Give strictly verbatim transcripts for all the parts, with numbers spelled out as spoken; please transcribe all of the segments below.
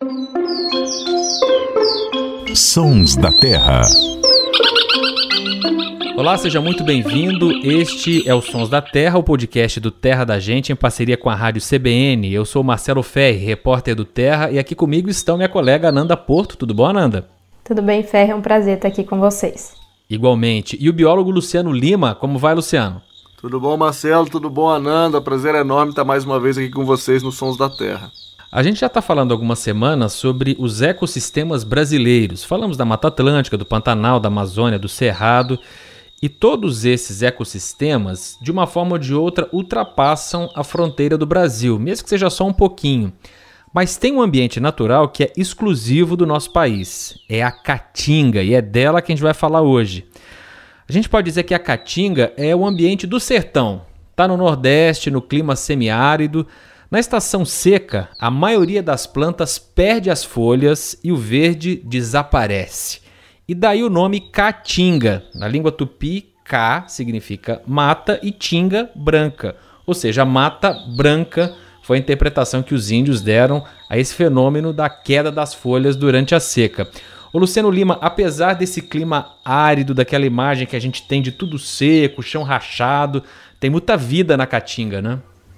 Sons da Terra. Olá, seja muito bem-vindo. Este é o Sons da Terra, o podcast do Terra da Gente, em parceria com a Rádio C B N. Eu sou Marcelo Ferri, repórter do Terra, e aqui comigo estão minha colega Ananda Porto. Tudo bom, Ananda? Tudo bem, Ferri, é um prazer estar aqui com vocês. Igualmente. E o biólogo Luciano Lima. Como vai, Luciano? Tudo bom, Marcelo? Tudo bom, Ananda? Prazer enorme estar mais uma vez aqui com vocês no Sons da Terra. A gente já está falando há algumas semanas sobre os ecossistemas brasileiros. Falamos da Mata Atlântica, do Pantanal, da Amazônia, do Cerrado. E todos esses ecossistemas, de uma forma ou de outra, ultrapassam a fronteira do Brasil, mesmo que seja só um pouquinho. Mas tem um ambiente natural que é exclusivo do nosso país. É a Caatinga, e é dela que a gente vai falar hoje. A gente pode dizer que a Caatinga é o ambiente do sertão. Está no Nordeste, no clima semiárido. Na estação seca, a maioria das plantas perde as folhas e o verde desaparece. E daí o nome Caatinga. Na língua tupi, Ca significa mata e Tinga, branca. Ou seja, mata branca foi a interpretação que os índios deram a esse fenômeno da queda das folhas durante a seca. Ô Luciano Lima, apesar desse clima árido, daquela imagem que a gente tem de tudo seco, chão rachado, tem muita vida na Caatinga, né?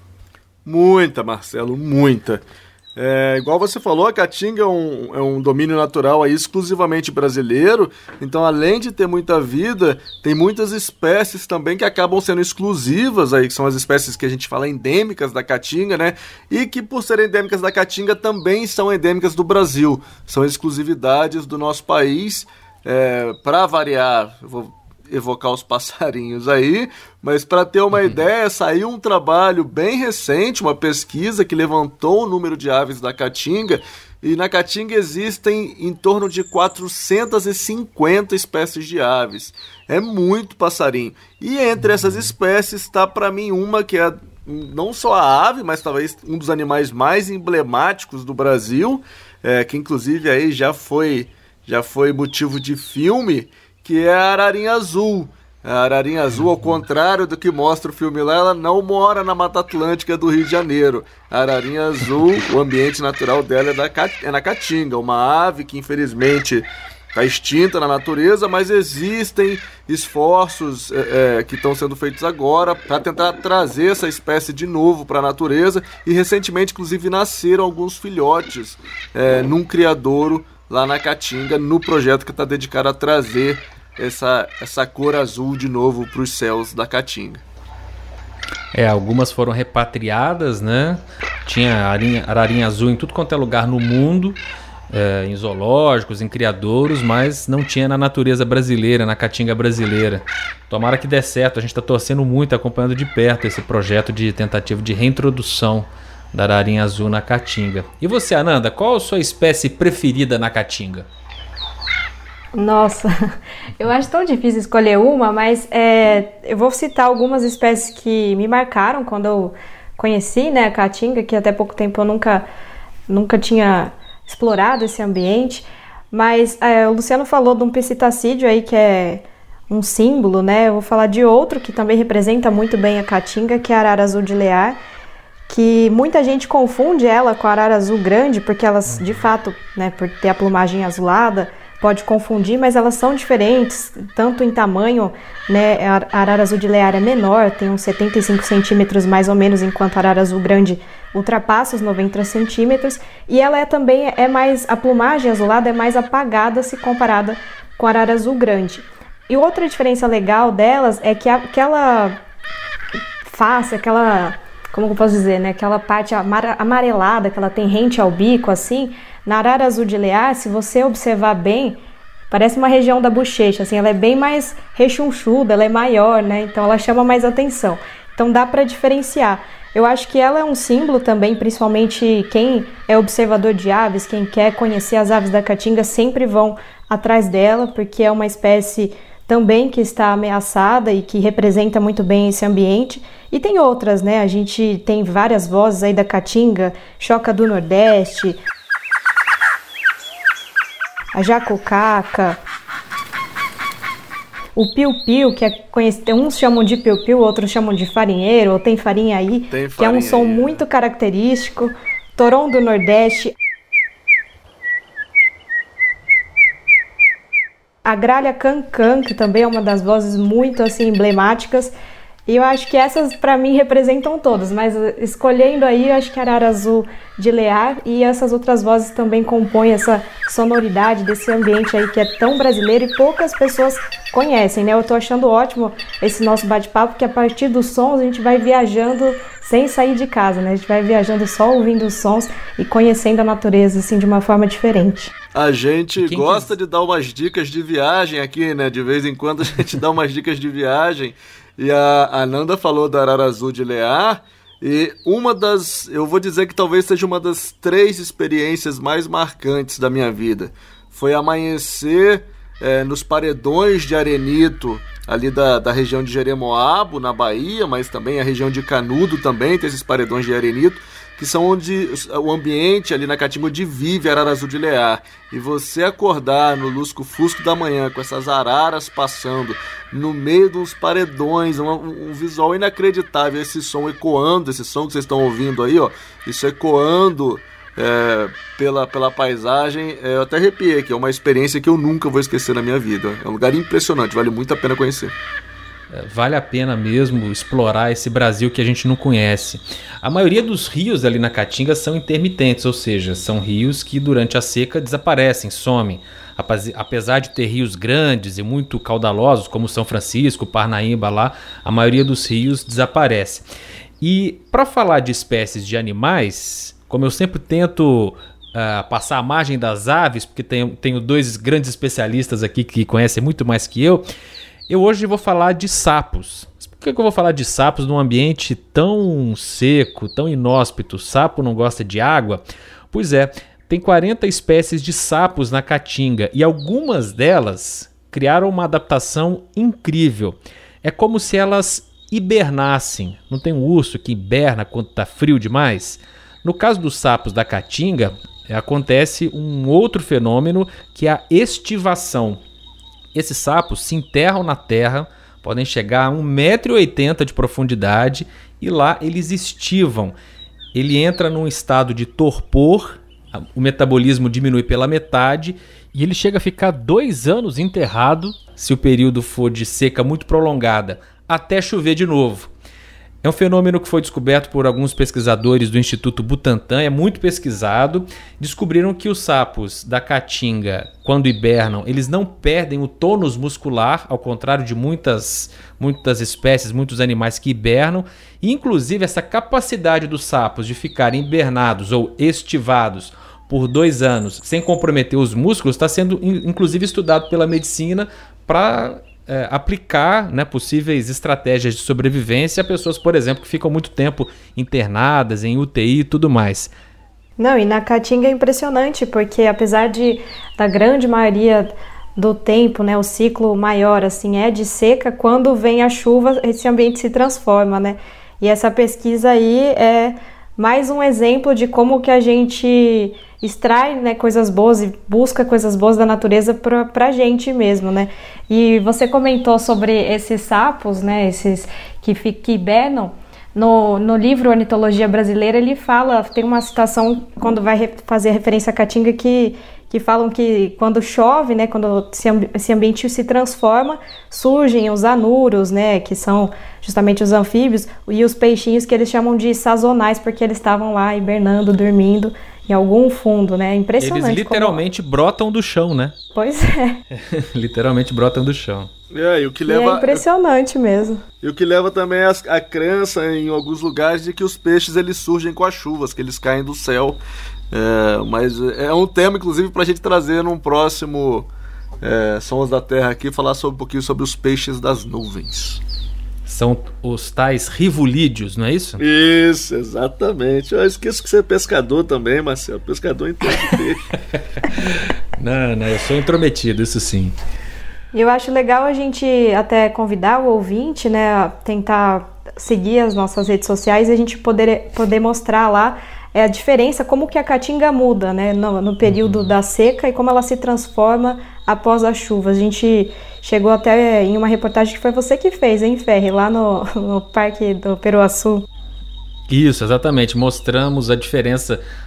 Muita, Marcelo, muita. É, igual você falou, a Caatinga é um, é um domínio natural aí exclusivamente brasileiro, então além de ter muita vida, tem muitas espécies também que acabam sendo exclusivas, aí, que são as espécies que a gente fala endêmicas da Caatinga, né? E que por serem endêmicas da Caatinga também são endêmicas do Brasil, são exclusividades do nosso país. É, para variar, eu vou evocar os passarinhos aí, mas para ter uma ideia, saiu um trabalho bem recente, uma pesquisa que levantou o número de aves da Caatinga, e na Caatinga existem em torno de quatrocentas e cinquenta espécies de aves. É muito passarinho. E entre essas espécies está para mim uma que é não só a ave, mas talvez um dos animais mais emblemáticos do Brasil, é, que inclusive aí já foi, já foi motivo de filme, que é a ararinha azul. A ararinha azul, ao contrário do que mostra o filme lá, ela não mora na Mata Atlântica do Rio de Janeiro. A ararinha azul, o ambiente natural dela é, da, é na Caatinga, uma ave que infelizmente está extinta na natureza, mas existem esforços é, é, que estão sendo feitos agora para tentar trazer essa espécie de novo para a natureza, e recentemente inclusive nasceram alguns filhotes é, num criadouro lá na Caatinga, no projeto que está dedicado a trazer essa, essa cor azul de novo para os céus da Caatinga. É, algumas foram repatriadas, né? Tinha ararinha, ararinha azul em tudo quanto é lugar no mundo, é, em zoológicos, em criadouros, mas não tinha na natureza brasileira, na Caatinga brasileira. Tomara que dê certo, a gente está torcendo muito, acompanhando de perto esse projeto de tentativa de reintrodução da ararinha azul na Caatinga. E você, Ananda, qual a sua espécie preferida na Caatinga? Nossa, eu acho tão difícil escolher uma, mas é, eu vou citar algumas espécies que me marcaram quando eu conheci, né, a Caatinga, que até pouco tempo eu nunca, nunca tinha explorado esse ambiente. Mas é, o Luciano falou de um piscitacídeo aí que é um símbolo, né? Eu vou falar de outro que também representa muito bem a Caatinga, que é a arara azul de Lear, que muita gente confunde ela com a arara azul grande, porque elas, de fato, né, por ter a plumagem azulada, pode confundir, mas elas são diferentes, tanto em tamanho, né, a arara azul de Lear é menor, tem uns setenta e cinco centímetros mais ou menos, enquanto a arara azul grande ultrapassa os noventa centímetros, e ela é também, é mais, a plumagem azulada é mais apagada se comparada com a arara azul grande. E outra diferença legal delas é que aquela face, aquela... como eu posso dizer, né? Aquela parte amarelada que ela tem rente ao bico, assim, na arara azul de Lear, se você observar bem, parece uma região da bochecha, assim, ela é bem mais rechonchuda, ela é maior, né? Então ela chama mais atenção. Então dá para diferenciar. Eu acho que ela é um símbolo também, principalmente quem é observador de aves, quem quer conhecer as aves da Caatinga, sempre vão atrás dela, porque é uma espécie também que está ameaçada e que representa muito bem esse ambiente. E tem outras, né? A gente tem várias vozes aí da Caatinga, Choca do Nordeste, a jacucaca, o piu-piu, que é conhecido, uns chamam de piu-piu, outros chamam de farinheiro, ou tem farinha aí, tem farinha, que é um som aí, muito característico, Torom do Nordeste, a gralha Cancan, que também é uma das vozes muito assim emblemáticas. E eu acho que essas, para mim, representam todas, mas escolhendo aí, eu acho que Arara Azul de Lear e essas outras vozes também compõem essa sonoridade desse ambiente aí que é tão brasileiro e poucas pessoas conhecem, né? Eu tô achando ótimo esse nosso bate-papo, porque a partir dos sons a gente vai viajando sem sair de casa, né? A gente vai viajando só ouvindo os sons e conhecendo a natureza, assim, de uma forma diferente. A gente gosta de dar umas dicas de viagem aqui, né? De vez em quando a gente dá umas dicas de viagem. E a, a Nanda falou da Arara Azul de Lear, e uma das, eu vou dizer que talvez seja uma das três experiências mais marcantes da minha vida. Foi amanhecer é, nos paredões de arenito, ali da, da região de Jeremoabo, na Bahia, mas também a região de Canudo também tem esses paredões de arenito, que são onde o ambiente ali na Caatinga onde vive a Arara Azul de Lear. E você acordar no lusco-fusco da manhã com essas araras passando no meio dos paredões, um, um visual inacreditável, esse som ecoando, esse som que vocês estão ouvindo aí, ó, isso ecoando é, pela, pela paisagem, é, eu até arrepiei aqui, é uma experiência que eu nunca vou esquecer na minha vida. É um lugar impressionante, vale muito a pena conhecer. Vale a pena mesmo explorar esse Brasil que a gente não conhece. A maioria dos rios ali na Caatinga são intermitentes, ou seja, são rios que durante a seca desaparecem, somem. Apesar de ter rios grandes e muito caudalosos, como São Francisco, Parnaíba lá, a maioria dos rios desaparece. E para falar de espécies de animais, como eu sempre tento uh, passar a margem das aves, porque tenho, tenho dois grandes especialistas aqui que conhecem muito mais que eu, eu hoje vou falar de sapos. Por que eu vou falar de sapos num ambiente tão seco, tão inóspito? Sapo não gosta de água? Pois é, tem quarenta espécies de sapos na Caatinga e algumas delas criaram uma adaptação incrível. É como se elas hibernassem. Não tem um urso que hiberna quando está frio demais? No caso dos sapos da Caatinga, acontece um outro fenômeno que é a estivação. Esses sapos se enterram na terra, podem chegar a um metro e oitenta de profundidade e lá eles estivam. Ele entra num estado de torpor, o metabolismo diminui pela metade e ele chega a ficar dois anos enterrado, se o período for de seca muito prolongada, até chover de novo. É um fenômeno que foi descoberto por alguns pesquisadores do Instituto Butantan, é muito pesquisado. Descobriram que os sapos da Caatinga, quando hibernam, eles não perdem o tônus muscular, ao contrário de muitas, muitas espécies, muitos animais que hibernam. E, inclusive, essa capacidade dos sapos de ficarem hibernados ou estivados por dois anos sem comprometer os músculos está sendo, inclusive, estudado pela medicina para É, aplicar, né, possíveis estratégias de sobrevivência a pessoas, por exemplo, que ficam muito tempo internadas em U T I e tudo mais. Não, e na Caatinga é impressionante, porque apesar de da grande maioria do tempo, né, o ciclo maior assim é de seca, quando vem a chuva esse ambiente se transforma, né? E essa pesquisa aí é mais um exemplo de como que a gente extrai, né, coisas boas e busca coisas boas da natureza pra, pra gente mesmo, né? E você comentou sobre esses sapos, né, esses que, que hibernam. No, no livro Ornitologia Brasileira, ele fala, tem uma citação quando vai re, fazer referência a Caatinga que, que falam que quando chove, né, quando esse, esse ambiente se transforma, surgem os anuros, né, que são justamente os anfíbios, e os peixinhos que eles chamam de sazonais, porque eles estavam lá hibernando, dormindo em algum fundo, né? Impressionante. Eles literalmente como... brotam do chão, né? Pois é. Literalmente brotam do chão. É, e o que leva... E é impressionante mesmo. E o que leva também a, a crença em alguns lugares de que os peixes eles surgem com as chuvas, que eles caem do céu. É, mas é um tema, inclusive, para a gente trazer num próximo é, Sons da Terra aqui, falar sobre, um pouquinho sobre os peixes das nuvens. São os tais rivulídeos, não é isso? Isso, exatamente. Eu esqueço que você é pescador também, Marcelo. Pescador entende peixe. Não, não, eu sou intrometido, isso sim. Eu acho legal a gente até convidar o ouvinte, né, a tentar seguir as nossas redes sociais e a gente poder, poder mostrar lá é, a diferença, como que a Caatinga muda, né, no, no período uhum. da seca e como ela se transforma após a chuva. A gente chegou até em uma reportagem que foi você que fez, hein, Ferri, lá no, no Parque do Peruaçu. Isso, exatamente. Mostramos a diferença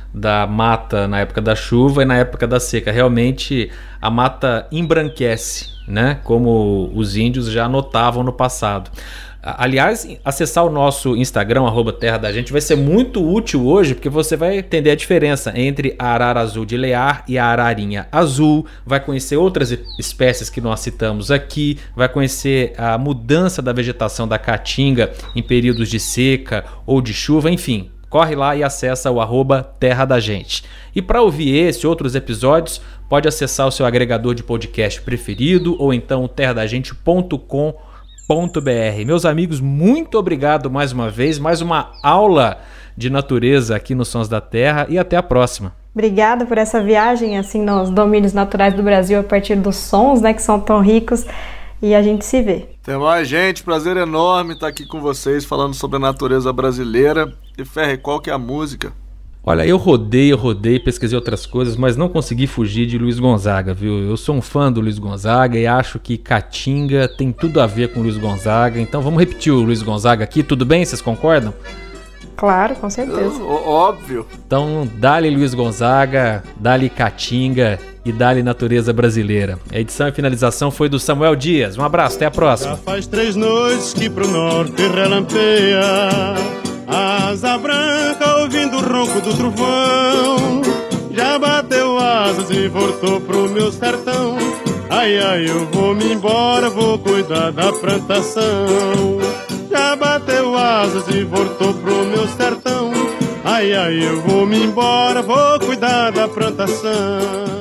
da mata na época da chuva e na época da seca. Realmente a mata embranquece, né? Como os índios já notavam no passado. Aliás, acessar o nosso Instagram, arroba Terra da Gente, vai ser muito útil hoje, porque você vai entender a diferença entre a arara azul de Lear e a ararinha azul, vai conhecer outras espécies que nós citamos aqui, vai conhecer a mudança da vegetação da caatinga em períodos de seca ou de chuva, enfim. Corre lá e acessa o arroba Terra da Gente. E para ouvir esse e outros episódios, pode acessar o seu agregador de podcast preferido ou então terra da gente ponto com ponto b r. Meus amigos, muito obrigado mais uma vez, mais uma aula de natureza aqui nos Sons da Terra e até a próxima. Obrigada por essa viagem assim nos domínios naturais do Brasil a partir dos sons, né, que são tão ricos, e a gente se vê. Até mais, gente. Prazer enorme estar aqui com vocês falando sobre a natureza brasileira. E Ferre, qual que é a música? Olha, eu rodei, eu rodei, pesquisei outras coisas, mas não consegui fugir de Luiz Gonzaga, viu? Eu sou um fã do Luiz Gonzaga e acho que Caatinga tem tudo a ver com o Luiz Gonzaga. Então vamos repetir o Luiz Gonzaga aqui, tudo bem? Vocês concordam? Claro, com certeza. Ó, óbvio. Então dá-lhe Luiz Gonzaga, dá-lhe Caatinga e dá-lhe natureza brasileira. A edição e finalização foi do Samuel Dias. Um abraço, até a próxima. Já faz três noites que pro norte relampeia, asa branca ouvindo o ronco do trovão, já bateu asas e voltou pro meu sertão. Ai, ai, eu vou me embora, vou cuidar da plantação. Já bateu asas e voltou pro meu sertão. Ai, ai, eu vou me embora, vou cuidar da plantação.